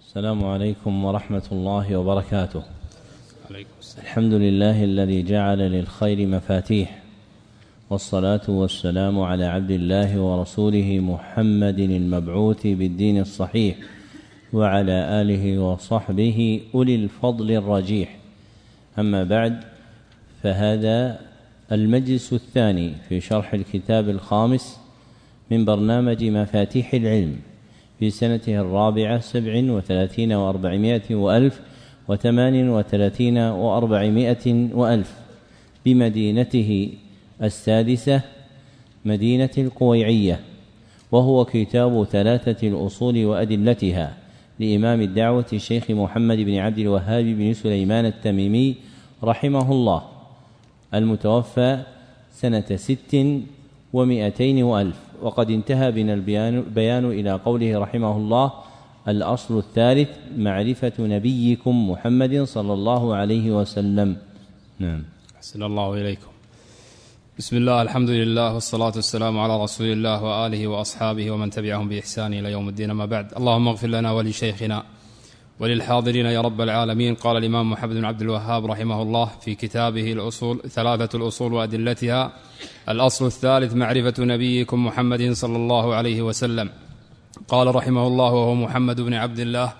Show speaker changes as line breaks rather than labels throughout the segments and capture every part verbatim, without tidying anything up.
السلام عليكم ورحمة الله وبركاته.
عليكم السلام.
الحمد لله الذي جعل للخير مفاتيح، والصلاة والسلام على عبد الله ورسوله محمد المبعوث بالدين الصحيح، وعلى آله وصحبه أولي الفضل الرجيح. أما بعد، فهذا المجلس الثاني في شرح الكتاب الخامس من برنامج مفاتيح العلم في سنته الرابعة سبع وثلاثين وأربعمائة وألف وثمان وثلاثين وأربعمائة وألف بمدينته السادسة مدينة القويعية، وهو كتاب ثلاثة الأصول وأدلتها لإمام الدعوة الشيخ محمد بن عبد الوهاب بن سليمان التميمي رحمه الله، المتوفى سنة ست ومائتين وألف. وقد انتهى بنا البيان إلى قوله رحمه الله: الأصل الثالث معرفة نبيكم محمد صلى الله عليه وسلم. نعم.
أحسن الله إليكم. بسم الله، الحمد لله، والصلاة والسلام على رسول الله وآله وأصحابه ومن تبعهم بإحسان إلى يوم الدين. ما بعد، اللهم اغفر لنا ولشيخنا وللحاضرين يا رب العالمين. قال الإمام محمد بن عبد الوهاب رحمه الله في كتابه الأصول ثلاثة الأصول وأدلتها: الأصل الثالث معرفة نبيكم محمد صلى الله عليه وسلم. قال رحمه الله: وهو محمد بن عبد الله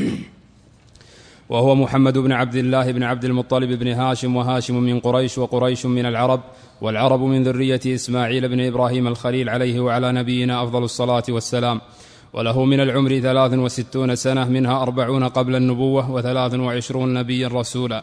وهو محمد بن عبد الله بن عبد المطلب بن هاشم، وهاشم من قريش، وقريش من العرب، والعرب من ذرية إسماعيل بن إبراهيم الخليل عليه وعلى نبينا أفضل الصلاة والسلام. وله من العمر ثلاث وستون سنة، منها أربعون قبل النبوة وثلاث وعشرون نبيا رسولا.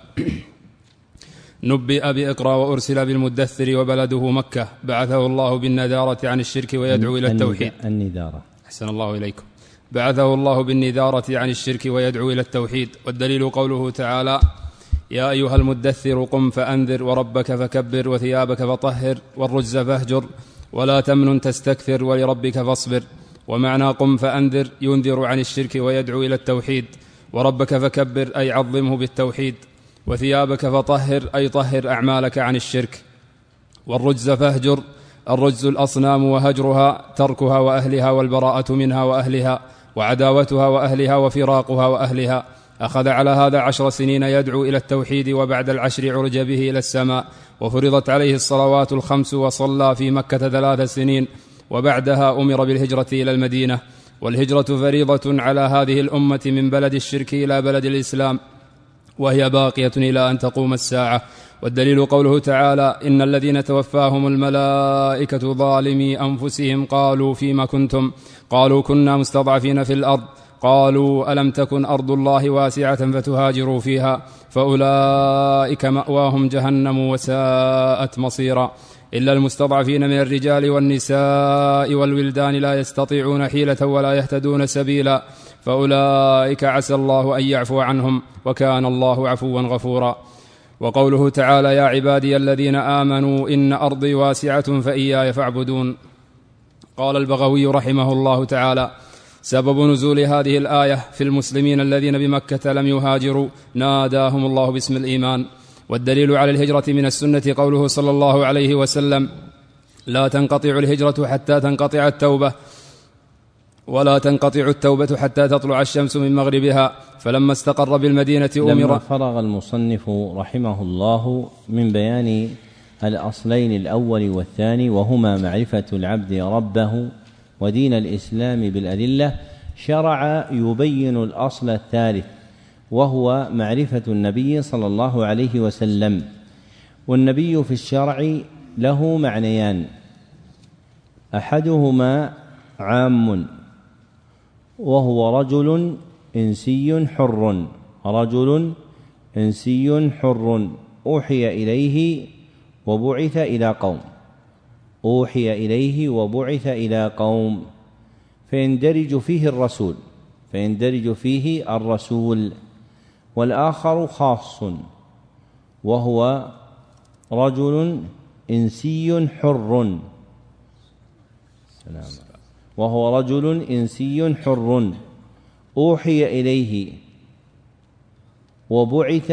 نبئ بإقرأ وأرسل بالمدثر، وبلده مكة. بعثه الله بالنذارة عن الشرك ويدعو إلى التوحيد.
النذارة.
أحسن الله إليكم. بعثه الله بالنذارة عن الشرك ويدعو إلى التوحيد. والدليل قوله تعالى: يا أيها المدثر قم فأنذر وربك فكبر وثيابك فطهر والرجز فاهجر ولا تمنن تستكثر ولربك فاصبر. ومعنى قم فأنذر ينذر عن الشرك ويدعو إلى التوحيد، وربك فكبر أي عظمه بالتوحيد، وثيابك فطهر أي طهر أعمالك عن الشرك، والرجز فاهجر الرجز الأصنام وهجرها تركها وأهلها والبراءة منها وأهلها وعداوتها وأهلها وفراقها وأهلها. أخذ على هذا عشر سنين يدعو إلى التوحيد، وبعد العشر عرج به إلى السماء، وفرضت عليه الصلوات الخمس، وصلى في مكة ثلاث سنين، وبعدها أمر بالهجرة إلى المدينة. والهجرة فريضة على هذه الأمة من بلد الشرك إلى بلد الإسلام، وهي باقية إلى أن تقوم الساعة. والدليل قوله تعالى: إن الذين توفاهم الملائكة ظالمي أنفسهم قالوا فيما كنتم؟ قالوا كنا مستضعفين في الأرض. قالوا ألم تكن أرض الله واسعة فتهاجروا فيها؟ فأولئك مأواهم جهنم وساءت مصيرا. إلا المستضعفين من الرجال والنساء والولدان لا يستطيعون حيلة ولا يهتدون سبيلا، فأولئك عسى الله أن يعفو عنهم، وكان الله عفوا غفورا. وقوله تعالى: يا عبادي الذين آمنوا إن أرضي واسعة فإياي فاعبدون. قال البغوي رحمه الله تعالى: سبب نزول هذه الآية في المسلمين الذين بمكة لم يهاجروا ناداهم الله باسم الإيمان. والدليل على الهجرة من السنة قوله صلى الله عليه وسلم: لا تنقطع الهجرة حتى تنقطع التوبة، ولا تنقطع التوبة حتى تطلع الشمس من مغربها. فلما استقر بالمدينة أمر.
لما فرغ المصنف رحمه الله من بيان الأصلين الأول والثاني، وهما معرفة العبد ربه ودين الإسلام بالأدلة، شرع يبين الأصل الثالث، وهو معرفة النبي صلى الله عليه وسلم. والنبي في الشرع له معنيان: أحدهما عام، وهو رجل إنسي حر رجل إنسي حر أوحي إليه وبعث إلى قوم أوحي إليه وبعث إلى قوم فيندرج فيه الرسول فيندرج فيه الرسول والآخر خاص، وهو رجل إنسي حر وهو رجل إنسي حر أوحي إليه وبعث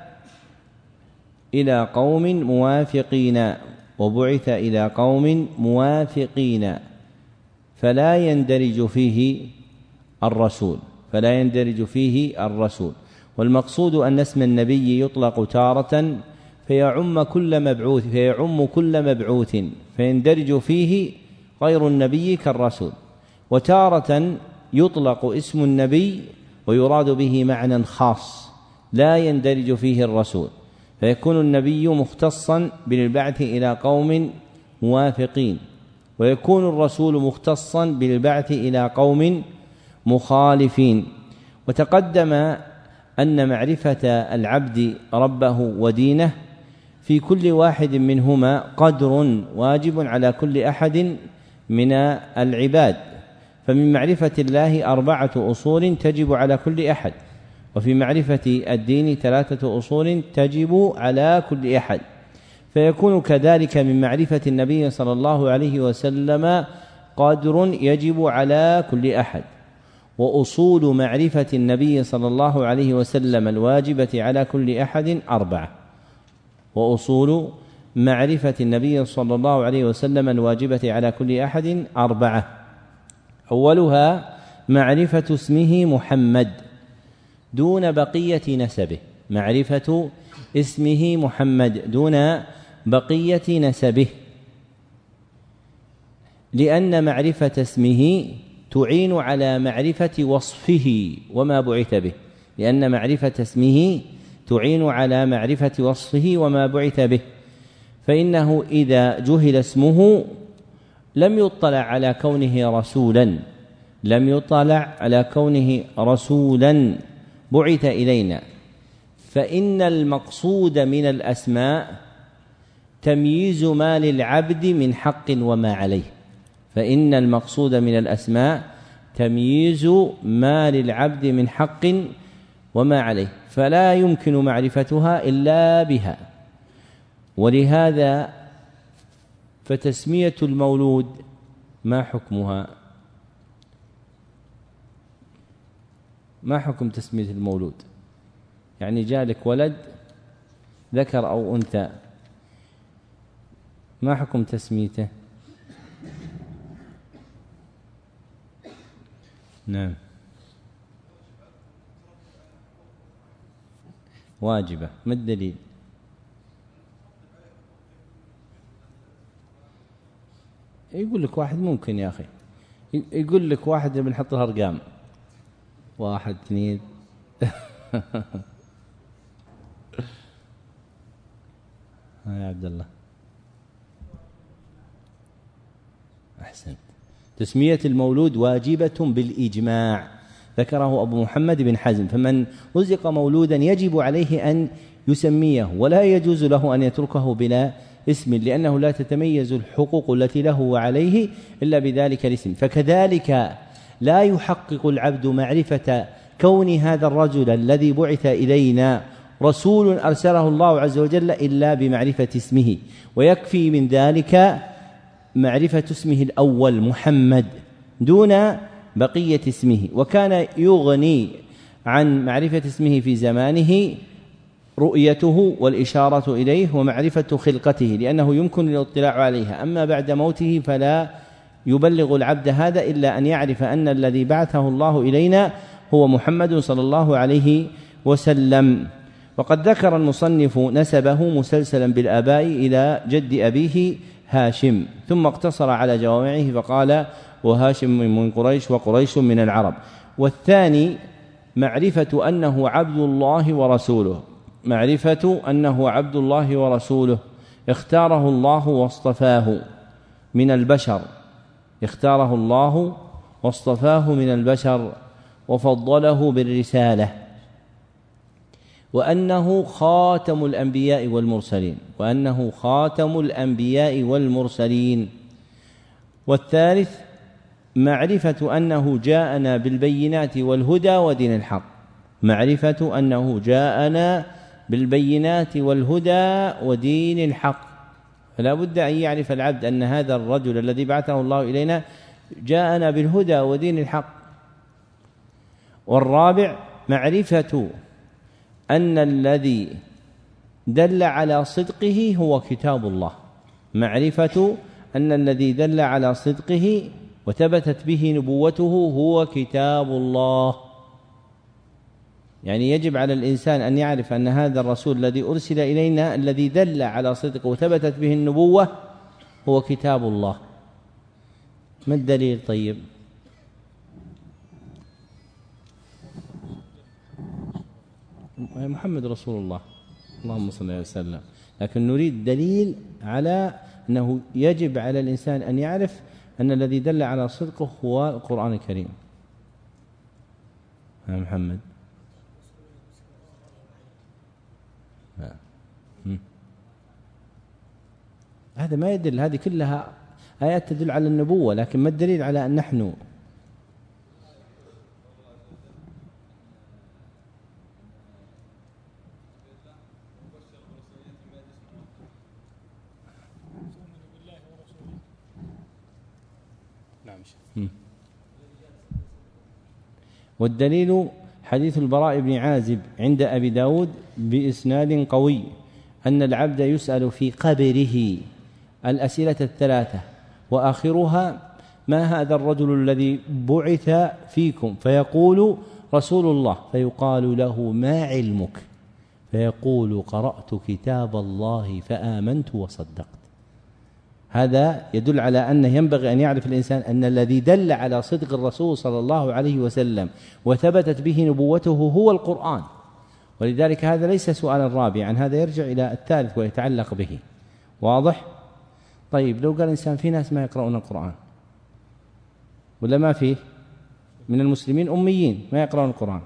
إلى قوم موافقين وبعث إلى قوم موافقين فلا يندرج فيه الرسول فلا يندرج فيه الرسول. والمقصود أن اسم النبي يطلق تارة فيعم كل مبعوث فيعم كل مبعوث فيندرج فيه غير النبي كالرسول، وتارة يطلق اسم النبي ويراد به معنى خاص لا يندرج فيه الرسول، فيكون النبي مختصا بالبعث إلى قوم موافقين، ويكون الرسول مختصا بالبعث إلى قوم مخالفين. وتقدم أن معرفة العبد ربه ودينه في كل واحد منهما قدر واجب على كل أحد من العباد، فمن معرفة الله أربعة أصول تجب على كل أحد، وفي معرفة الدين ثلاثة أصول تجب على كل أحد، فيكون كذلك من معرفة النبي صلى الله عليه وسلم قدر يجب على كل أحد. وأصول معرفة النبي صلى الله عليه وسلم الواجبة على كل أحد أربعة وأصول معرفة النبي صلى الله عليه وسلم الواجبة على كل أحد أربعة أولها معرفة اسمه محمد دون بقية نسبه، معرفة اسمه محمد دون بقية نسبه، لأن معرفة اسمه تعين على معرفة وصفه وما بعث به لأن معرفة اسمه تعين على معرفة وصفه وما بعث به، فإنه إذا جهل اسمه لم يطلع على كونه رسولا لم يطلع على كونه رسولا بعث إلينا. فإن المقصود من الأسماء تمييز ما للعبد من حق وما عليه فإن المقصود من الأسماء تمييز ما للعبد من حق وما عليه، فلا يمكن معرفتها إلا بها. ولهذا فتسمية المولود ما حكمها؟ ما حكم تسمية المولود؟ يعني جالك ولد ذكر أو أنثى، ما حكم تسميته؟ نعم واجبة. ما الدليل؟ يقول لك واحد ممكن يا أخي، يقول لك واحد بنحط لها أرقام واحد اثنين يا عبد الله أحسنت. تسمية المولود واجبة بالإجماع ذكره أبو محمد بن حزم، فمن رزق مولودا يجب عليه أن يسميه ولا يجوز له أن يتركه بلا اسم، لأنه لا تتميز الحقوق التي له وعليه إلا بذلك الاسم. فكذلك لا يحقق العبد معرفة كون هذا الرجل الذي بعث إلينا رسول أرسله الله عز وجل إلا بمعرفة اسمه، ويكفي من ذلك معرفة اسمه الأول محمد دون بقية اسمه. وكان يغني عن معرفة اسمه في زمانه رؤيته والإشارة إليه ومعرفة خلقته، لأنه يمكن الاطلاع عليها. أما بعد موته فلا يبلغ العبد هذا إلا أن يعرف أن الذي بعثه الله إلينا هو محمد صلى الله عليه وسلم. وقد ذكر المصنف نسبه مسلسلا بالآباء إلى جد أبيه هاشم، ثم اقتصر على جوامعه فقال وهاشم من قريش وقريش من العرب. والثاني معرفة أنه عبد الله ورسوله معرفة أنه عبد الله ورسوله اختاره الله واصطفاه من البشر اختاره الله واصطفاه من البشر وفضله بالرسالة، وأنه خاتم الأنبياء والمرسلين وأنه خاتم الأنبياء والمرسلين. والثالث معرفة أنه جاءنا بالبينات والهدى ودين الحق معرفة أنه جاءنا بالبينات والهدى ودين الحق، فلا بد أن يعرف العبد أن هذا الرجل الذي بعثه الله إلينا جاءنا بالهدى ودين الحق. والرابع معرفة أن الذي دل على صدقه هو كتاب الله معرفة أن الذي دل على صدقه وثبتت به نبوته هو كتاب الله يعني يجب على الإنسان أن يعرف أن هذا الرسول الذي أرسل إلينا الذي دل على صدقه وثبتت به النبوة هو كتاب الله. ما الدليل؟ طيب محمد رسول الله اللهم صل عليه وسلم، لكن نريد دليل على أنه يجب على الإنسان أن يعرف أن الذي دل على صدقه هو القرآن الكريم. يا محمد هذا ما يدل، هذه كلها آيات تدل على النبوة، لكن ما الدليل على أن نحن والدليل حديث البراء بن عازب عند أبي داود بإسناد قوي أن العبد يسأل في قبره الأسئلة الثلاثة وآخرها ما هذا الرجل الذي بعث فيكم؟ فيقول رسول الله، فيقال له ما علمك؟ فيقول قرأت كتاب الله فآمنت وصدقت. هذا يدل على أنه ينبغي أن يعرف الإنسان أن الذي دل على صدق الرسول صلى الله عليه وسلم وثبتت به نبوته هو القرآن، ولذلك هذا ليس سؤالا رابعا، هذا يرجع إلى الثالث ويتعلق به. واضح؟ طيب لو قال إنسان في ناس ما يقرؤون القرآن ولا ما فيه من المسلمين أميين ما يقرؤون القرآن،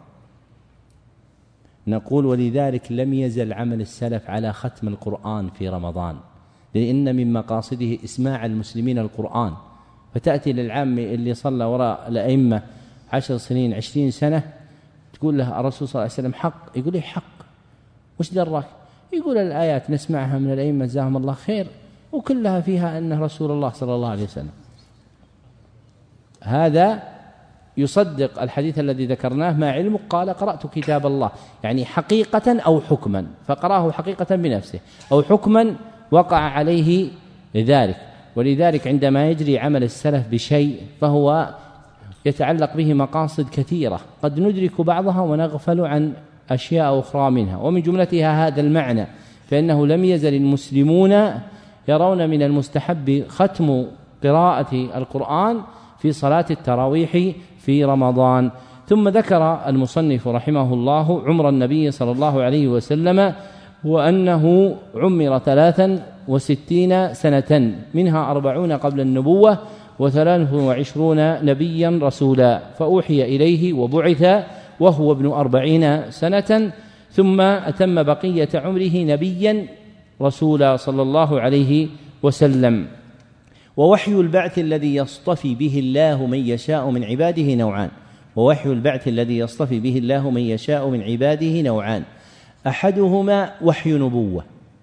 نقول ولذلك لم يزل عمل السلف على ختم القرآن في رمضان، لأن من مقاصده إسماع المسلمين القرآن. فتأتي للعام اللي صلى وراء الأئمة عشر سنين عشرين سنة تقول له الرسول صلى الله عليه وسلم حق، يقول لي حق وش دراك؟ يقول الآيات نسمعها من الأئمة جزاهم الله خير وكلها فيها أن رسول الله صلى الله عليه وسلم. هذا يصدق الحديث الذي ذكرناه ما علمك؟ قال قرأت كتاب الله، يعني حقيقة أو حكما، فقرأه حقيقة بنفسه أو حكما وقع عليه ذلك. ولذلك عندما يجري عمل السلف بشيء فهو يتعلق به مقاصد كثيرة قد ندرك بعضها ونغفل عن أشياء أخرى منها، ومن جملتها هذا المعنى، فإنه لم يزل المسلمون يرون من المستحب ختم قراءة القرآن في صلاة التراويح في رمضان. ثم ذكر المصنف رحمه الله عمر النبي صلى الله عليه وسلم وأنه عمر ثلاثا وستين سنة، منها أربعون قبل النبوة وثلاث وعشرون نبيا رسولا، فأوحي إليه وبعث وهو ابن أربعين سنة، ثم أتم بقية عمره نبيا رسولا صلى الله عليه وسلم. ووحي البعث الذي يصطفي به الله من يشاء من عباده نوعان ووحي البعث الذي يصطفي به الله من يشاء من عباده نوعان أحدهما وحي نبوة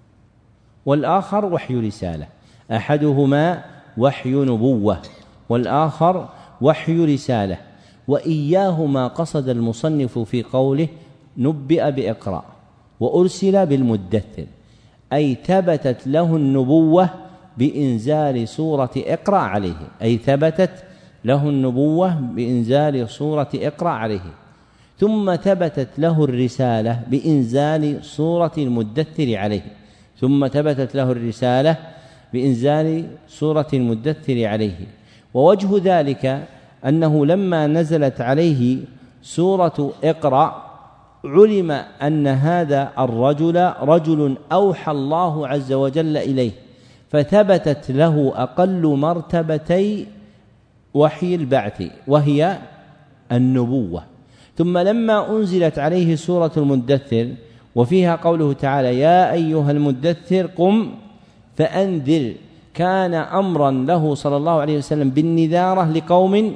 والآخر وحي رسالة. أحدهما وحي نبوة والآخر وحي رسالة، وإياهما قصد المصنف في قوله نبئ بإقراء وأرسل بالمدثر، أي ثبتت له النبوة بإنزال سورة اقرأ عليه، أي ثبتت له النبوة بإنزال سورة اقرأ عليه، ثم ثبتت له الرسالة بإنزال سورة المدثر عليه، ثم ثبتت له الرسالة بإنزال سورة المدثر عليه. ووجه ذلك أنه لما نزلت عليه سورة اقرأ علم أن هذا الرجل رجل أوحى الله عز وجل إليه، فثبتت له أقل مرتبتي وحي البعث وهي النبوة. ثم لما أنزلت عليه سورة المدثر وفيها قوله تعالى يا أيها المدثر قم فأنذر، كان أمرا له صلى الله عليه وسلم بالنذارة لقوم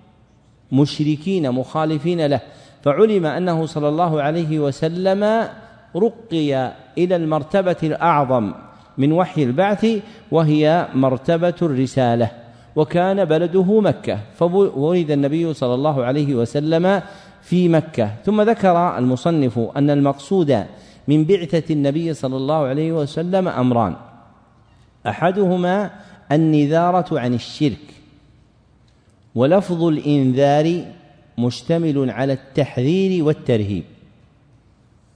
مشركين مخالفين له، فعلم أنه صلى الله عليه وسلم رقي إلى المرتبة الأعظم من وحي البعث وهي مرتبة الرسالة، وكان بلده مكة، فولد النبي صلى الله عليه وسلم في مكة. ثم ذكر المصنف أن المقصود من بعثة النبي صلى الله عليه وسلم أمران، أحدهما النذارة عن الشرك، ولفظ الإنذار مشتمل على التحذير والترهيب،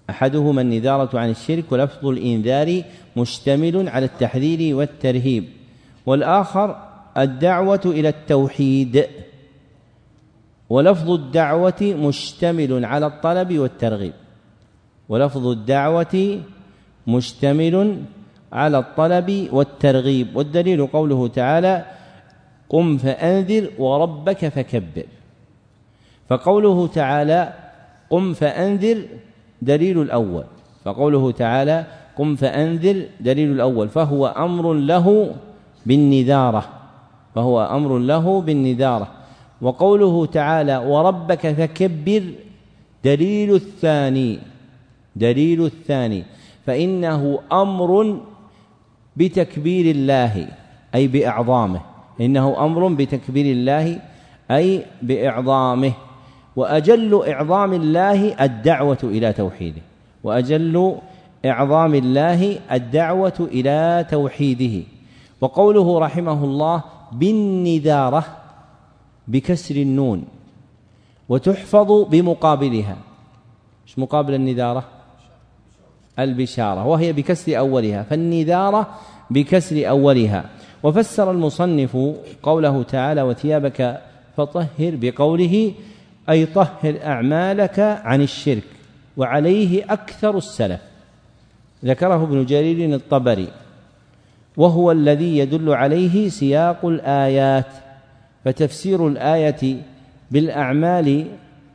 أحدهما النذارة عن الشرك ولفظ الإنذار مشتمل على التحذير والترهيب، والآخر الدعوة إلى التوحيد، ولفظ الدعوة مشتمل على الطلب والترغيب، ولفظ الدعوة مشتمل على الطلب والترغيب. والدليل قوله تعالى: قم فأنذر وربك فكبر. فقوله تعالى: قم فأنذر دليل الأول، فقوله تعالى: قم فأنذر دليل الأول، فهو أمر له بالنذارة، فهو أمر له بالنذارة. وقوله تعالى: وربك فكبر دليل الثاني، دليل الثاني، فإنه أمر بتكبير الله أي بإعظامه، إنه أمر بتكبير الله أي بإعظامه. وأجل إعظام الله الدعوة إلى توحيده، وأجل إعظام الله الدعوة إلى توحيده. وقوله رحمه الله: بالنذارة بكسر النون، وتحفظ بمقابلها. ايش مقابل النذارة؟ البشارة، وهي بكسر أولها، فالنذارة بكسر أولها. وفسر المصنف قوله تعالى: وثيابك فطهر بقوله: أي طهر أعمالك عن الشرك، وعليه أكثر السلف. ذكره ابن جرير الطبري، وهو الذي يدل عليه سياق الآيات. فتفسير الآية بالأعمال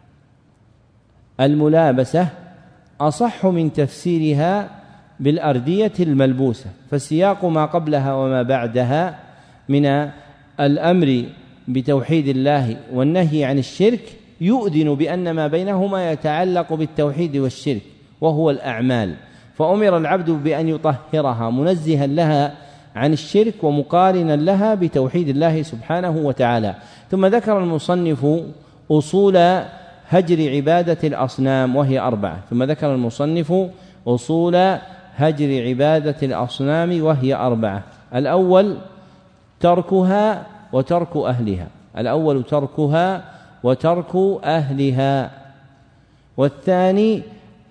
الملابسة أصح من تفسيرها بالأردية الملبوسة، فسياق ما قبلها وما بعدها من الأمر بتوحيد الله والنهي عن الشرك يؤذن بأن ما بينهما يتعلق بالتوحيد والشرك، وهو الأعمال، فأمر العبد بأن يطهرها منزها لها عن الشرك ومقارنا لها بتوحيد الله سبحانه وتعالى. ثم ذكر المصنف أصول هجر عبادة الأصنام وهي أربعة، ثم ذكر المصنف أصول هجر عبادة الأصنام وهي أربعة: الأول تركها وترك أهلها، الأول تركها وترك أهلها، والثاني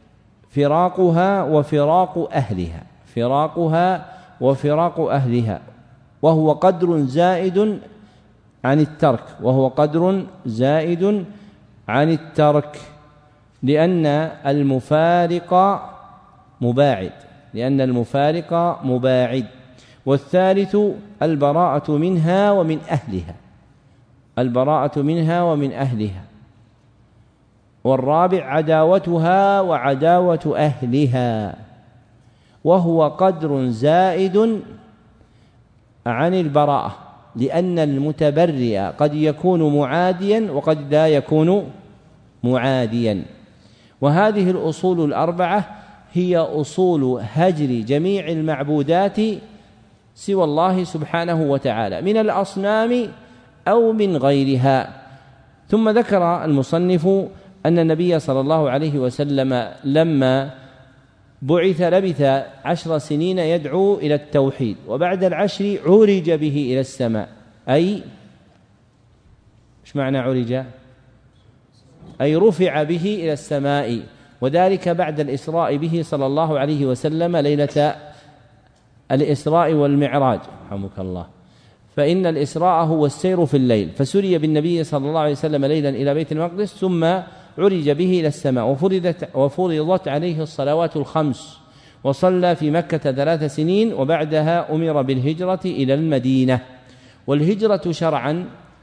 فراقها وفراق أهلها، فراقها وفراق أهلها، وهو قدر زائد عن الترك، وهو قدر زائد عن الترك، لأن المفارق مباعد، لأن المفارق مباعد. والثالث البراءة منها ومن أهلها، البراءة منها ومن أهلها. والرابع عداوتها وعداوة أهلها، وهو قدر زائد عن البراءة، لأن المتبرئ قد يكون معاديا وقد لا يكون معاديا. وهذه الأصول الأربعة هي أصول هجر جميع المعبودات سوى الله سبحانه وتعالى من الأصنام أو من غيرها. ثم ذكر المصنف أن النبي صلى الله عليه وسلم لما بعث لبث عشر سنين يدعو إلى التوحيد، وبعد العشر عرج به إلى السماء. أي إيش معنى عرج؟ أي رفع به إلى السماء، وذلك بعد الإسراء به صلى الله عليه وسلم ليلة الإسراء والمعراج، رحمك الله. فإن الإسراء هو السير في الليل، فسري بالنبي صلى الله عليه وسلم ليلا إلى بيت المقدس، ثم عرج به إلى السماء، وفرضت, وفرضت عليه الصلوات الخمس، وصلى في مكة ثلاث سنين، وبعدها أمر بالهجرة إلى المدينة. والهجرة شرعا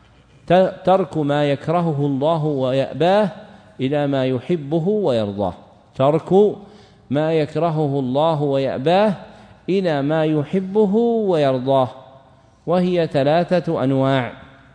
ترك ما يكرهه الله ويأباه إلى ما يحبه ويرضاه، ترك ما يكرهه الله ويأباه إلى ما يحبه ويرضاه، وهي ثلاثة أنواع: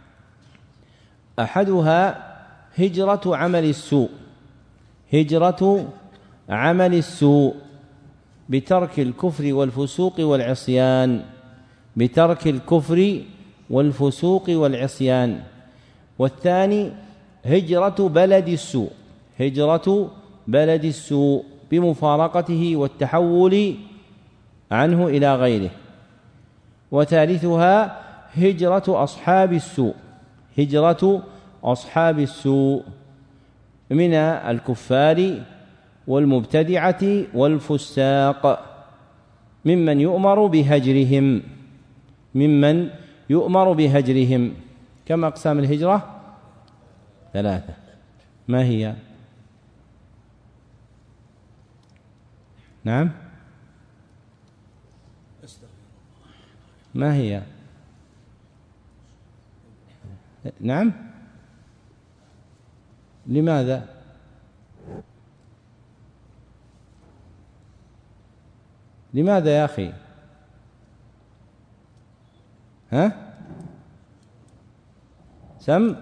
أحدها هجرة عمل السوء، هجرة عمل السوء بترك الكفر والفسوق والعصيان، بترك الكفر والفسوق والعصيان. والثاني هجرة بلد السوء، هجرة بلد السوء بمفارقته والتحول عنه إلى غيره. وثالثها هجرة أصحاب السوء، هجرة أصحاب السوء من الكفار والمبتدعة والفساق ممن يؤمر بهجرهم ممن يؤمر بهجرهم. كم أقسام الهجرة؟ ثلاثة. ما هي؟ نعم، ما هي؟ نعم، لماذا؟ لماذا يا أخي؟ ها؟ سم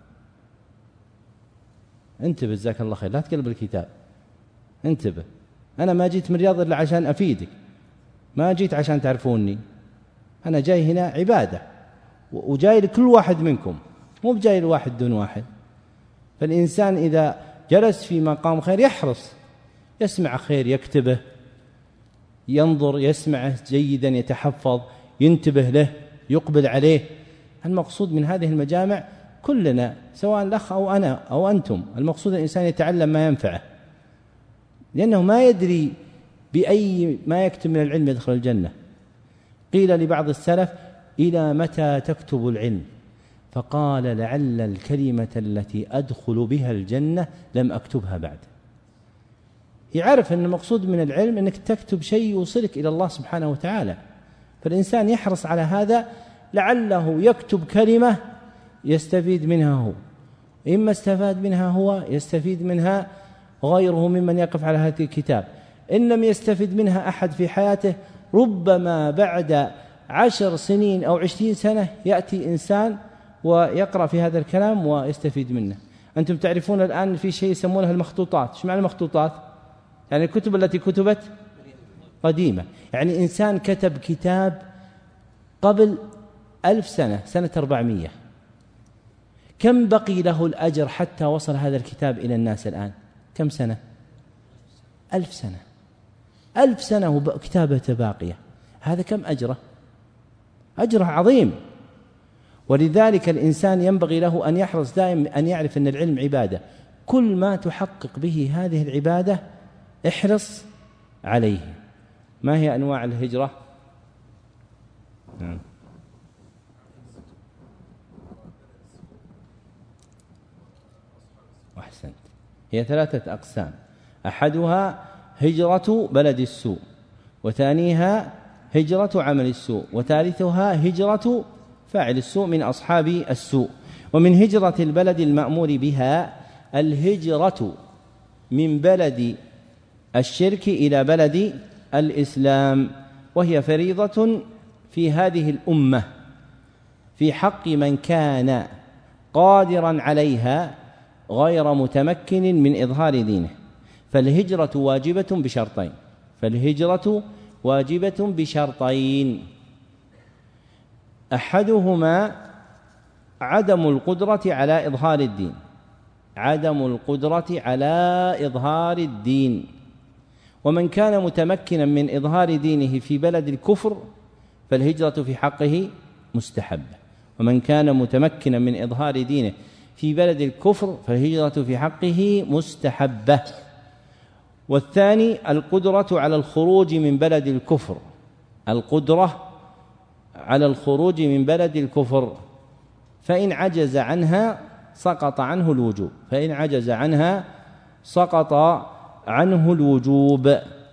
انتبه، جزاك الله خير، لا تقلب الكتاب، انتبه. أنا ما جيت من الرياض إلا عشان أفيدك، ما جيت عشان تعرفوني. أنا جاي هنا عبادة، وجاي لكل واحد منكم، مو بجاي لواحد دون واحد. فالإنسان إذا جلس في مقام خير يحرص، يسمع خير يكتبه، ينظر يسمعه جيدا، يتحفظ، ينتبه له، يقبل عليه. المقصود من هذه المجامع كلنا، سواء الأخ أو أنا أو أنتم، المقصود الإنسان يتعلم ما ينفعه، لأنه ما يدري بأي ما يكتب من العلم يدخل الجنة. قيل لبعض السلف: إلى متى تكتب العلم؟ فقال: لعل الكلمة التي أدخل بها الجنة لم أكتبها بعد. يعرف أن المقصود من العلم أنك تكتب شيء يوصلك إلى الله سبحانه وتعالى. فالإنسان يحرص على هذا، لعله يكتب كلمة يستفيد منها هو، إما استفاد منها هو يستفيد منها غيره ممن يقف على هذا الكتاب. إن لم يستفد منها أحد في حياته، ربما بعد عشر سنين أو عشرين سنة يأتي إنسان ويقرأ في هذا الكلام ويستفيد منه. أنتم تعرفون الآن في شيء يسمونه المخطوطات. إيش معنى المخطوطات؟ يعني الكتب التي كتبت قديمة. يعني إنسان كتب كتاب قبل ألف سنة، سنة أربعمية، كم بقي له الأجر حتى وصل هذا الكتاب إلى الناس الآن؟ كم سنة؟ ألف سنة. ألف سنة وكتابة باقية، هذا كم أجره؟ أجره عظيم. ولذلك الإنسان ينبغي له أن يحرص دائما أن يعرف أن العلم عبادة. كل ما تحقق به هذه العبادة احرص عليه. ما هي أنواع الهجرة؟ نعم. أحسنت. هي ثلاثة أقسام: أحدها هجرة بلد السوء، وثانيها هجرة عمل السوء، وثالثها هجرة فاعل السوء من أصحاب السوء. ومن هجرة البلد المأمور بها الهجرة من بلد الشرك إلى بلد الإسلام، وهي فريضة في هذه الأمة في حق من كان قادرا عليها غير متمكن من إظهار دينه. فالهجرة واجبة بشرطين فالهجرة واجبة بشرطين أحدهما عدم القدرة على إظهار الدين عدم القدرة على إظهار الدين ومن كان متمكنا من إظهار دينه في بلد الكفر فالهجرة في حقه مستحبة، ومن كان متمكنا من إظهار دينه في بلد الكفر فالهجرة في حقه مستحبة. والثاني القدرة على الخروج من بلد الكفر القدرة على الخروج من بلد الكفر فإن عجز عنها سقط عنه الوجوب فإن عجز عنها سقط عنه الوجوب.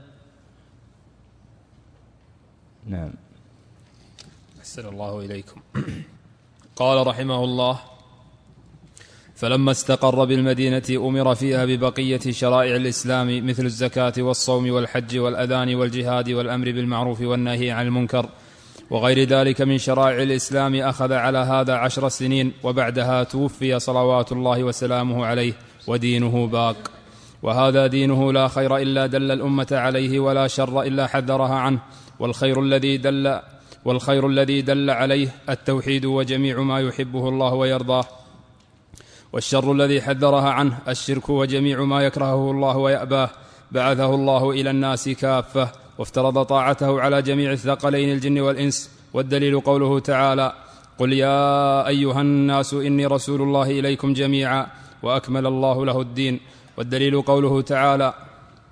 نعم.
أحسن الله إليكم. قال رحمه الله: فلما استقر بالمدينة أمر فيها ببقية شرائع الإسلام مثل الزكاة والصوم والحج والأذان والجهاد والأمر بالمعروف والنهي عن المنكر وغير ذلك من شرائع الإسلام. أخذ على هذا عشر سنين، وبعدها توفي صلوات الله وسلامه عليه ودينه باق. وهذا دينه لا خير إلا دل الأمة عليه، ولا شر إلا حذرها عنه، والخير الذي دل والخير الذي دل عليه التوحيد وجميع ما يحبه الله ويرضاه، والشر الذي حذرها عنه الشرك وجميع ما يكرهه الله ويأباه. بعثه الله إلى الناس كافة، وافترض طاعته على جميع الثقلين الجن والإنس. والدليل قوله تعالى: قل يا أيها الناس إني رسول الله إليكم جميعا، وأكمل الله له الدين. والدليل قوله تعالى: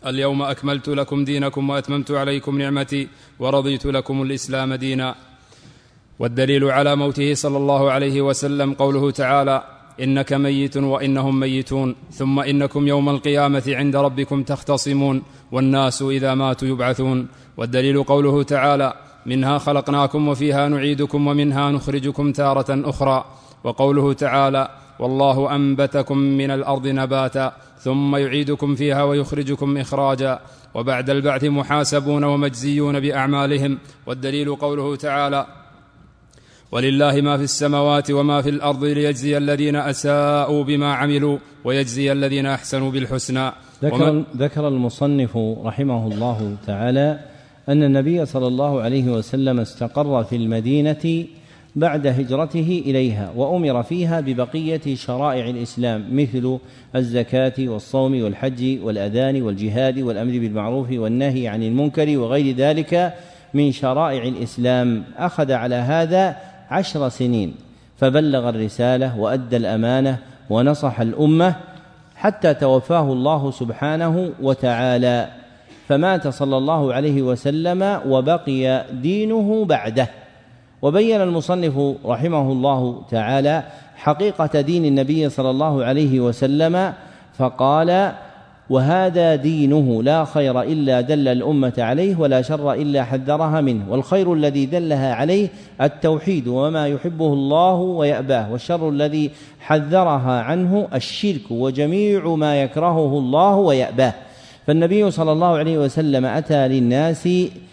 اليوم أكملت لكم دينكم وأتممت عليكم نعمتي ورضيت لكم الإسلام دينا. والدليل على موته صلى الله عليه وسلم قوله تعالى: إنك ميت وإنهم ميتون ثم إنكم يوم القيامة عند ربكم تختصمون والناس إذا ماتوا يبعثون. والدليل قوله تعالى: منها خلقناكم وفيها نعيدكم ومنها نخرجكم تارة أخرى. وقوله تعالى: والله أنبتكم من الأرض نباتا ثم يعيدكم فيها ويخرجكم إخراجا. وبعد البعث محاسبون ومجزيون بأعمالهم. والدليل قوله تعالى: ولله ما في السماوات وما في الأرض ليجزي الذين أساءوا بما عملوا ويجزي الذين أحسنوا بالحسنى.
ذكر, ذكر المصنف رحمه الله تعالى أن النبي صلى الله عليه وسلم استقر في المدينة بعد هجرته إليها، وأمر فيها ببقية شرائع الإسلام مثل الزكاة والصوم والحج والأذان والجهاد والأمر بالمعروف والنهي عن المنكر وغير ذلك من شرائع الإسلام. أخذ على هذا عشر سنين، فبلغ الرسالة وأدى الأمانة ونصح الأمة حتى توفاه الله سبحانه وتعالى، فمات صلى الله عليه وسلم وبقي دينه بعده. وبين المصنف رحمه الله تعالى حقيقة دين النبي صلى الله عليه وسلم فقال: وهذا دينه لا خير إلا دل الأمة عليه ولا شر إلا حذرها منه، والخير الذي دلها عليه التوحيد وما يحبه الله ويأباه، والشر الذي حذرها عنه الشرك وجميع ما يكرهه الله ويأباه. فالنبي صلى الله عليه وسلم أتى للناس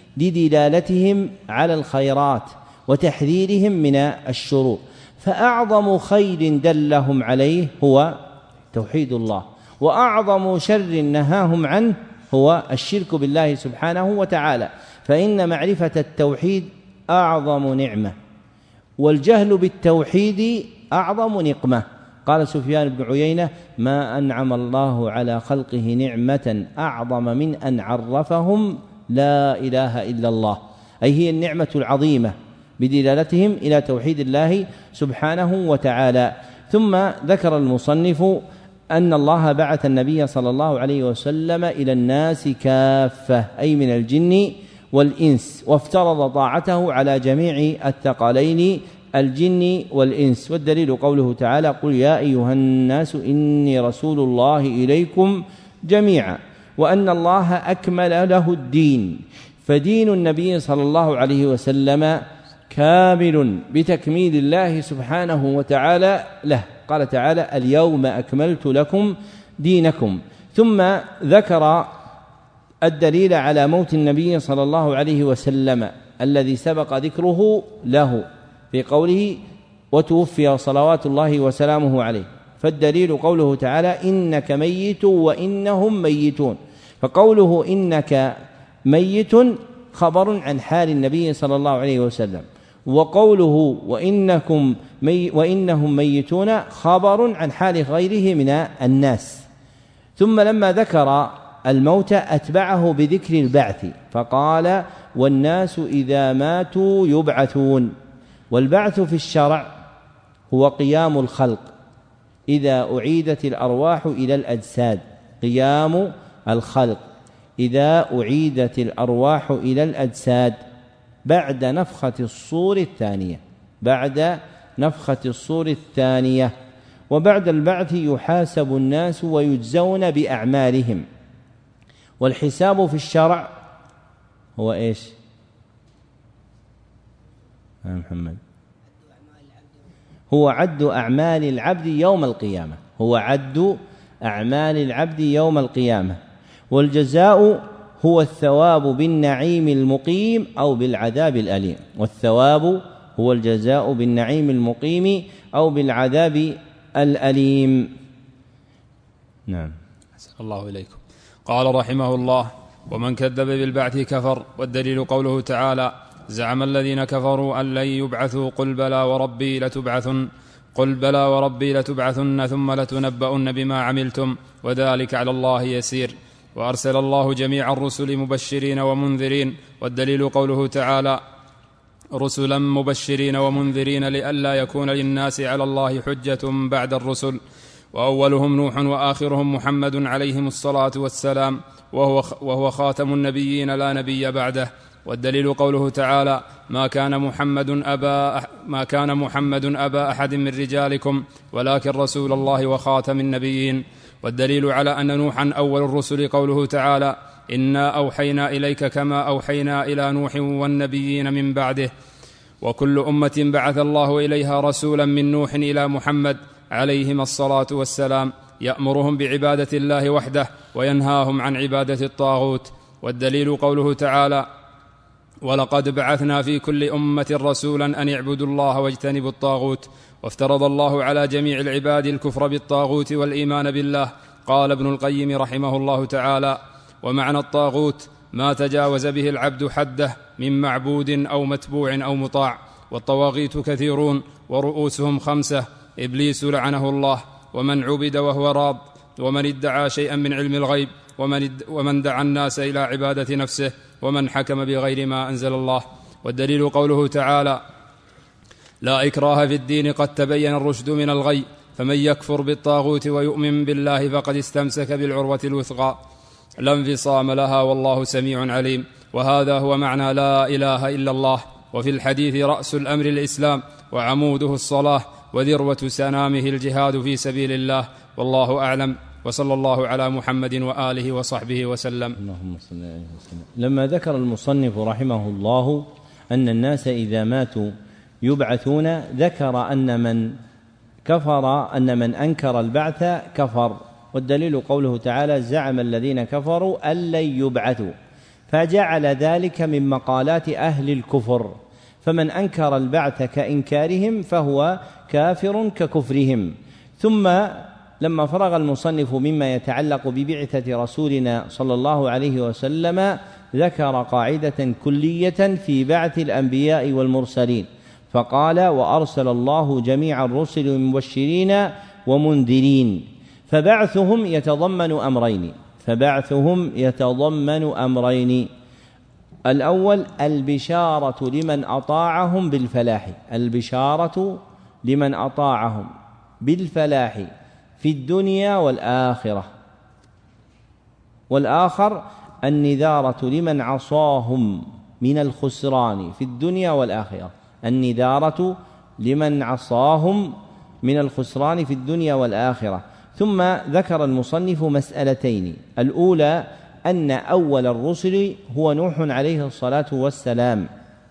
لدلالتهم على الخيرات وتحذيرهم من الشرور، فأعظم خير دلهم عليه هو توحيد الله، وأعظم شر نهاهم عنه هو الشرك بالله سبحانه وتعالى، فإن معرفة التوحيد أعظم نعمة، والجهل بالتوحيد أعظم نقمة. قال سفيان بن عيينة: ما أنعم الله على خلقه نعمة أعظم من أن عرفهم لا إله إلا الله، أي هي النعمة العظيمة بدلالتهم إلى توحيد الله سبحانه وتعالى. ثم ذكر المصنف أن الله بعث النبي صلى الله عليه وسلم إلى الناس كافة، أي من الجن والإنس، وافترض طاعته على جميع الثقلين الجن والإنس. والدليل قوله تعالى: قل يا أيها الناس إني رسول الله إليكم جميعا، وأن الله أكمل له الدين، فدين النبي صلى الله عليه وسلم كامل بتكميل الله سبحانه وتعالى له. قال تعالى: اليوم أكملت لكم دينكم. ثم ذكر الدليل على موت النبي صلى الله عليه وسلم الذي سبق ذكره له في قوله: وتوفي صلوات الله وسلامه عليه. فالدليل قوله تعالى: إنك ميت وإنهم ميتون، فقوله إنك ميت خبر عن حال النبي صلى الله عليه وسلم، وقوله وإنكم مي وإنهم ميتون خبر عن حال غيره من الناس. ثم لما ذكر الموت أتبعه بذكر البعث فقال: والناس إذا ماتوا يبعثون. والبعث في الشرع هو قيام الخلق إذا أعيدت الأرواح إلى الأجساد، قيام الخلق إذا أعيدت الأرواح إلى الأجساد بعد نفخة الصور الثانية، بعد نفخة الصور الثانية. وبعد البعث يحاسب الناس ويجزون بأعمالهم. والحساب في الشرع هو إيش يا محمد؟ هو عد أعمال العبد يوم القيامة، هو عد أعمال العبد يوم القيامة. والجزاء هو الثواب بالنعيم المقيم أو بالعذاب الأليم، والثواب هو الجزاء بالنعيم المقيم أو بالعذاب الأليم. نعم.
أحسن الله إليكم. قال رحمه الله: ومن كذب بالبعث كفر. والدليل قوله تعالى: زعم الذين كفروا أن لن يبعثوا قل بلى وربي لتبعثن قل بلى وربي لتبعثن ثم لتنبؤن بما عملتم وذلك على الله يسير. وأرسل الله جميع الرسل مبشرين ومنذرين. والدليل قوله تعالى: رسلا مبشرين ومنذرين لئلا يكون للناس على الله حجة بعد الرسل. وأولهم نوح وآخرهم محمد عليهم الصلاة والسلام، وهو, وهو خاتم النبيين لا نبي بعده. والدليل قوله تعالى: ما كان محمد أبا, ما كان محمد أبا أحد من رجالكم ولكن رسول الله وخاتم النبيين. والدليل على أن نوحا أول الرسل قوله تعالى: إنا أوحينا إليك كما أوحينا إلى نوح والنبيين من بعده. وكل أمة بعث الله إليها رسولا من نوح إلى محمد عليهما الصلاة والسلام يأمرهم بعبادة الله وحده وينهاهم عن عبادة الطاغوت. والدليل قوله تعالى: ولقد بعثنا في كل أمة رسولا أن يعبدوا الله واجتنبوا الطاغوت. وافترض الله على جميع العباد الكفر بالطاغوت والإيمان بالله. قال ابن القيم رحمه الله تعالى: ومعنى الطاغوت ما تجاوز به العبد حده من معبود أو متبوع أو مطاع. والطواغيت كثيرون ورؤوسهم خمسة: إبليس لعنه الله، ومن عبد وهو راض، ومن ادعى شيئا من علم الغيب، ومن, ومن دعا الناس إلى عبادة نفسه، ومن حكم بغير ما أنزل الله. والدليل قوله تعالى: لا إكراه في الدين قد تبين الرشد من الغي، فمن يكفر بالطاغوت ويؤمن بالله فقد استمسك بالعروة الوثقى لا انفصام لها، والله سميع عليم. وهذا هو معنى لا إله إلا الله. وفي الحديث: رأس الأمر الإسلام، وعموده الصلاة، وذروة سنامه الجهاد في سبيل الله. والله أعلم، وصلى الله على محمد وآله وصحبه وسلم.
اللهم صل عليه وسلم. لما ذكر المصنف رحمه الله أن الناس إذا ماتوا يبعثون، ذكر أن من كفر أن من أنكر البعث كفر. والدليل قوله تعالى: زعم الذين كفروا أن لن يبعثوا، فجعل ذلك من مقالات أهل الكفر. فمن أنكر البعث كإنكارهم فهو كافر ككفرهم. ثم لما فرغ المصنف مما يتعلق ببعثة رسولنا صلى الله عليه وسلم ذكر قاعدة كلية في بعث الأنبياء والمرسلين، فقال: وأرسل الله جميع الرسل مبشرين ومنذرين. فبعثهم يتضمن أمرين فبعثهم يتضمن أمرين الأول البشارة لمن أطاعهم بالفلاح البشارة لمن أطاعهم بالفلاح في الدنيا والآخرة، والآخر النذارة لمن عصاهم من الخسران في الدنيا والآخرة النذارة لمن عصاهم من الخسران في الدنيا والآخرة. ثم ذكر المصنف مسألتين: الأولى أن أول الرسل هو نوح عليه الصلاة والسلام،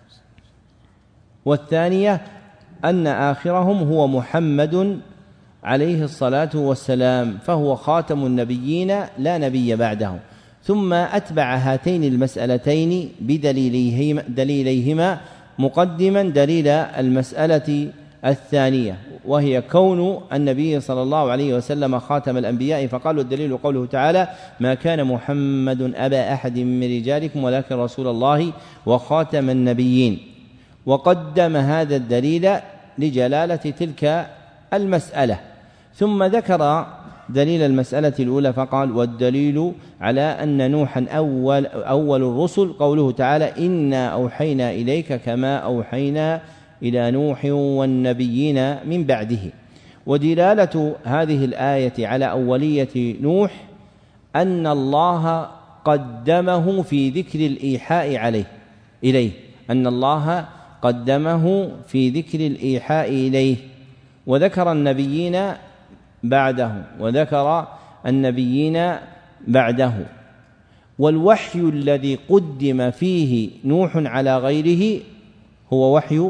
والثانية أن آخرهم هو محمد عليه الصلاة والسلام، فهو خاتم النبيين لا نبي بعده. ثم أتبع هاتين المسألتين بدليليهما دليليهما مقدما دليل المسألة الثانية، وهي كون النبي صلى الله عليه وسلم خاتم الأنبياء. فقال: الدليل قوله تعالى: ما كان محمد أبا أحد من رجالكم ولكن رسول الله وخاتم النبيين. وقدم هذا الدليل لجلالة تلك المسألة. ثم ذكر دليل المسألة الأولى فقال: والدليل على أن نوحا أول, أول الرسل قوله تعالى: إنا أوحينا إليك كما أوحينا إلى نوح والنبيين من بعده. ودلالة هذه الآية على أولية نوح أن الله قدمه في ذكر الإيحاء عليه إليه أن الله قدمه في ذكر الإيحاء إليه وذكر النبيين بعده وذكر النبيين بعده والوحي الذي قدم فيه نوح على غيره هو وحي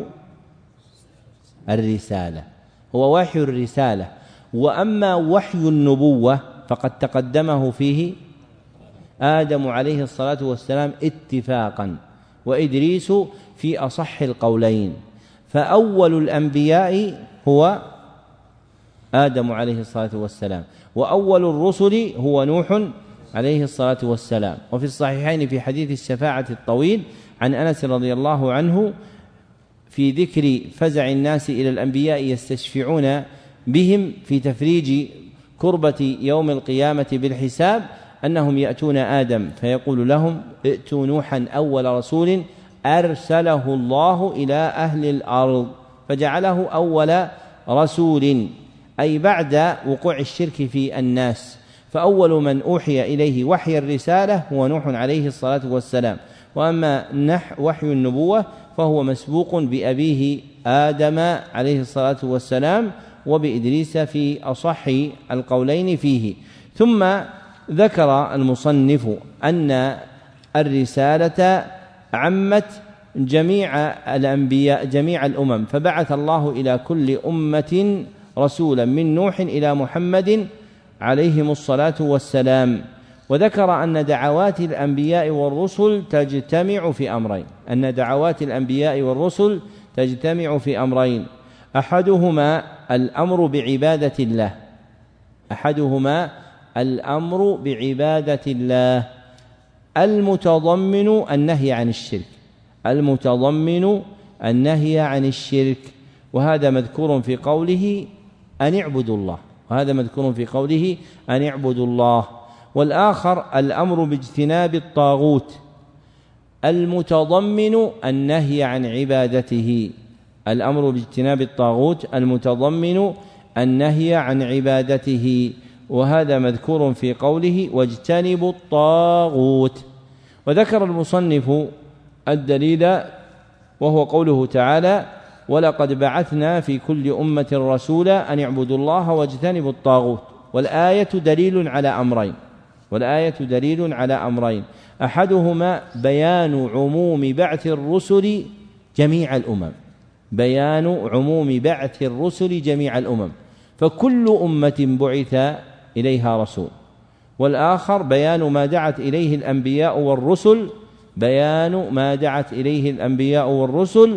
الرسالة هو وحي الرسالة وأما وحي النبوة فقد تقدمه فيه آدم عليه الصلاة والسلام اتفاقا وإدريس في أصح القولين، فأول الأنبياء هو آدم عليه الصلاة والسلام، وأول الرسل هو نوح عليه الصلاة والسلام. وفي الصحيحين في حديث الشفاعة الطويل عن أنس رضي الله عنه في ذكر فزع الناس إلى الأنبياء يستشفعون بهم في تفريج كربة يوم القيامة بالحساب أنهم يأتون آدم فيقول لهم: ائتوا نوحا أول رسول أرسله الله إلى أهل الأرض، فجعله أول رسول، أي بعد وقوع الشرك في الناس، فأول من أوحي إليه وحي الرسالة هو نوح عليه الصلاة والسلام، وأما نح وحي النبوة فهو مسبوق بأبيه آدم عليه الصلاة والسلام وبإدريس في أصح القولين فيه. ثم ذكر المصنف أن الرسالة عمت جميع الأنبياء جميع الأمم، فبعث الله إلى كل أمة رسولا من نوح إلى محمد عليهم الصلاة والسلام. وذكر أن دعوات الأنبياء والرسل تجتمع في أمرين أن دعوات الأنبياء والرسل تجتمع في أمرين أحدهما الأمر بعبادة الله أحدهما الأمر بعبادة الله المتضمن النهي عن الشرك المتضمن النهي عن الشرك وهذا مذكور في قوله أن اعبدوا الله وهذا مذكور في قوله أن اعبدوا الله. والآخر الأمر باجتناب الطاغوت المتضمن النهي عن عبادته الأمر باجتناب الطاغوت المتضمن النهي عن عبادته وهذا مذكور في قوله واجتنبوا الطاغوت. وذكر المصنف الدليل وهو قوله تعالى ولقد بعثنا في كل أمة رسولا أن اعبدوا الله واجتنبوا الطاغوت. والآية دليل على أمرين والآية دليل على أمرين أحدهما بيان عموم بعث الرسل جميع الأمم بيان عموم بعث الرسل جميع الأمم فكل أمة بعث إليها رسول. والآخر بيان ما دعت إليه الأنبياء والرسل بيان ما دعت إليه الأنبياء والرسل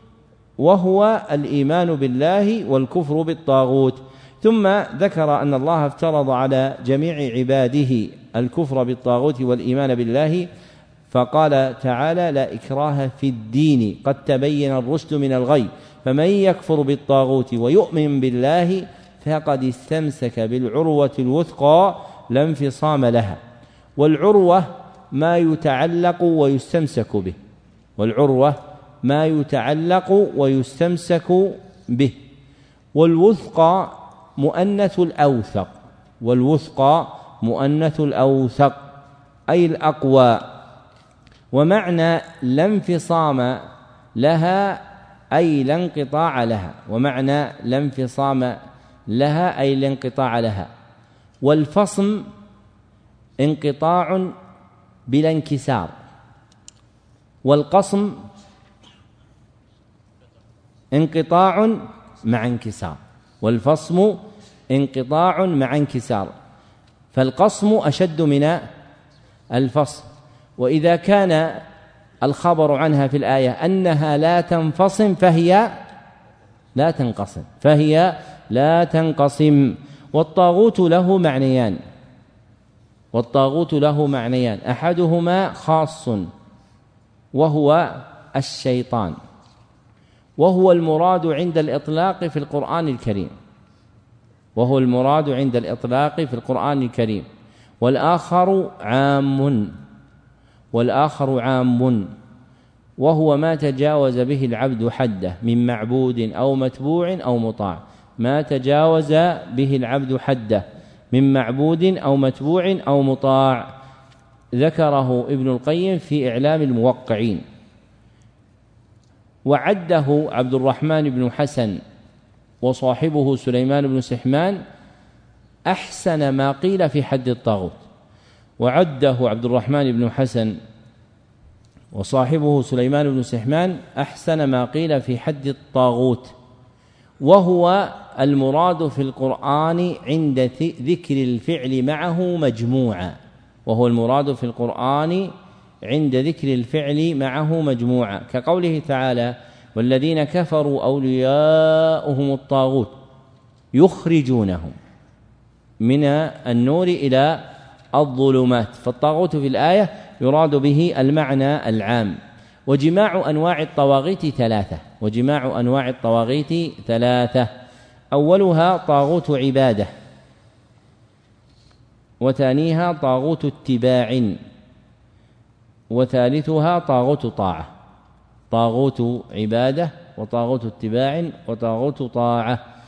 وهو الإيمان بالله والكفر بالطاغوت. ثم ذكر أن الله افترض على جميع عباده الكفر بالطاغوت والإيمان بالله فقال تعالى لا إكراه في الدين قد تبين الرشد من الغي فمن يكفر بالطاغوت ويؤمن بالله فقد استمسك بالعروة الوثقى لا انفصام لها. والعروة ما يتعلق ويستمسك به والعروة ما يتعلق ويستمسك به. والوثقى مؤنث الأوثق والوثقى مؤنث الأوثق أي الأقوى. ومعنى لا انفصام لها أي لا انقطاع لها ومعنى لا انفصام لها أي لا انقطاع لها. والفصم انقطاع بلا انكسار والقصم انقطاع مع انكسار والفصم انقطاع مع انكسار فالقصم أشد من الفصل. وإذا كان الخبر عنها في الآية أنها لا تنفصم فهي لا تنقسم فهي لا تنقسم. والطاغوت له معنيان والطاغوت له معنيان أحدهما خاص وهو الشيطان وهو المراد عند الإطلاق في القرآن الكريم وهو المراد عند الإطلاق في القرآن الكريم. والآخر عام والآخر عام وهو ما تجاوز به العبد حده من معبود أو متبوع أو مطاع ما تجاوز به العبد حده من معبود أو متبوع أو مطاع ذكره ابن القيم في إعلام الموقعين. وعده عبد الرحمن بن حسن وصاحبه سليمان بن سحمان أحسن ما قيل في حد الطاغوت وعده عبد الرحمن بن حسن وصاحبه سليمان بن سحمان أحسن ما قيل في حد الطاغوت وهو المراد في القرآن عند ذكر الفعل معه مجموعا وهو المراد في القرآن عند ذكر الفعل معه مجموعا كقوله تعالى والذين كفروا أولياؤهم الطاغوت يخرجونهم من النور إلى الظلمات. فالطاغوت في الآية يراد به المعنى العام. وجماع أنواع الطواغيت ثلاثة وجماع أنواع الطواغيت ثلاثة أولها طاغوت عبادة وثانيها طاغوت اتباع وثالثها طاغوت طاعة طاغوت عبادة وطاغوت اتباع وطاغوت طاعة.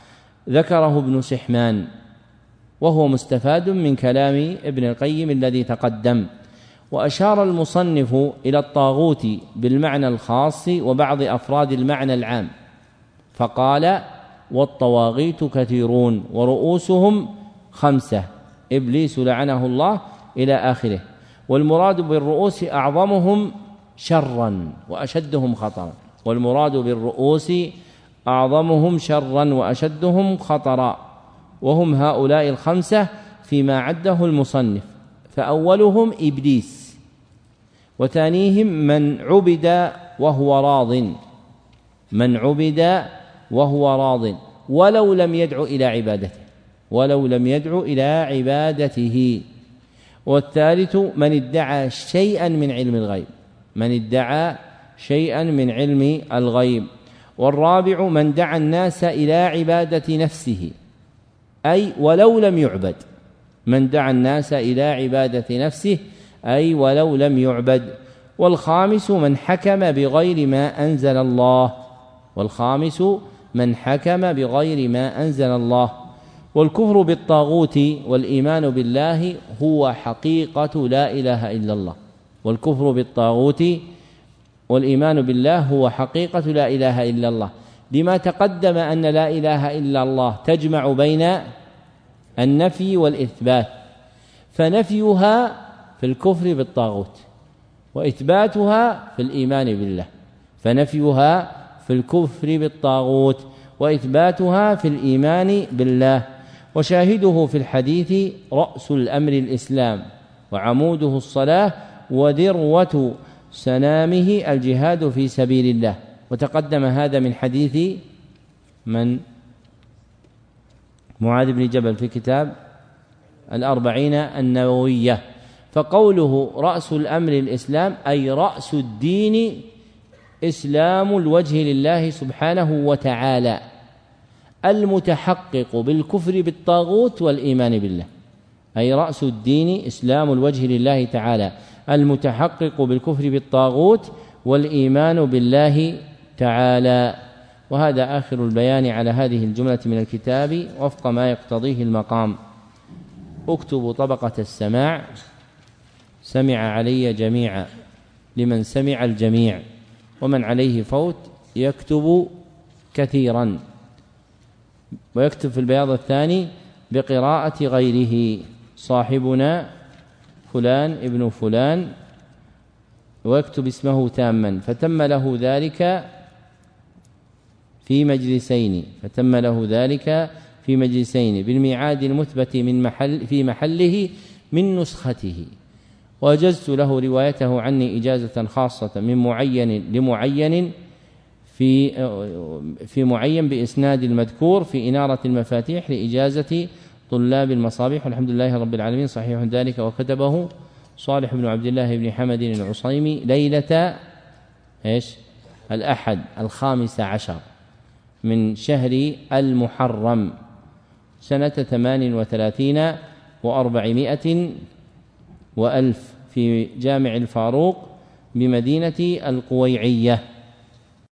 ذكره ابن سحمان، وهو مستفاد من كلام ابن القيم الذي تقدم. وأشار المصنف إلى الطاغوت بالمعنى الخاص وبعض أفراد المعنى العام، فقال: والطواغيت كثيرون ورؤوسهم خمسة، إبليس لعنه الله إلى آخره. والمراد بالرؤوس أعظمهم شرا وأشدهم خطرا، والمراد بالرؤوس أعظمهم شرا وأشدهم خطرا، وهم هؤلاء الخمسة فيما عده المصنف. فأولهم إبليس، وثانيهم من عبد وهو راض، من عبد وهو راض ولو لم يدع إلى عبادته، ولو لم يدع إلى عبادته. والثالث من ادعى شيئا من علم الغيب، من ادعى شيئا من علم الغيب. والرابع من دعا الناس إلى عبادة نفسه، أي ولو لم يعبد، من دعا الناس إلى عبادة نفسه أي ولو لم يعبد. والخامس من حكم بغير ما أنزل الله، والخامس من حكم بغير ما أنزل الله. والكفر بالطاغوت والإيمان بالله هو حقيقة لا إله إلا الله، والكفر بالطاغوت والإيمان بالله هو حقيقة لا إله إلا الله، لما تقدم أن لا إله إلا الله تجمع بين النفي والإثبات، فنفيها في الكفر بالطاغوت وإثباتها في الإيمان بالله، فنفيها في الكفر بالطاغوت وإثباتها في الإيمان بالله. وشاهده في الحديث رأس الأمر الإسلام، وعموده الصلاة، وذروة سنامه الجهاد في سبيل الله. وتقدم هذا من حديث من معاذ بن جبل في كتاب الأربعين النووية. فقوله رأس الأمر الإسلام أي رأس الدين إسلام الوجه لله سبحانه وتعالى، المتحقق بالكفر بالطاغوت والإيمان بالله، أي رأس الدين إسلام الوجه لله تعالى المتحقق بالكفر بالطاغوت والإيمان بالله تعالى. وهذا آخر البيان على هذه الجملة من الكتاب وفق ما يقتضيه المقام. اكتب طبقة السماع سمع علي جميعا لمن سمع الجميع، ومن عليه فوت يكتب كثيرا، ويكتب في البياض الثاني بقراءة غيره صاحبنا فلان ابن فلان، ويكتب اسمه تاما. فتم له ذلك في مجلسين فتم له ذلك في مجلسين بالميعاد المثبت من محل في محله من نسخته، وأجزت له روايته عني إجازة خاصة من معين لمعين في في معين بإسناد المذكور في إنارة المفاتيح لإجازة طلاب المصابيح، والحمد لله رب العالمين. صحيح ذلك، وكتبه صالح بن عبد الله بن حمد العصيمي ليلة إيش الأحد الخامس عشر من شهر المحرم سنة ثمان وثلاثين وأربعمائة وألف في جامع الفاروق بمدينة القويعية.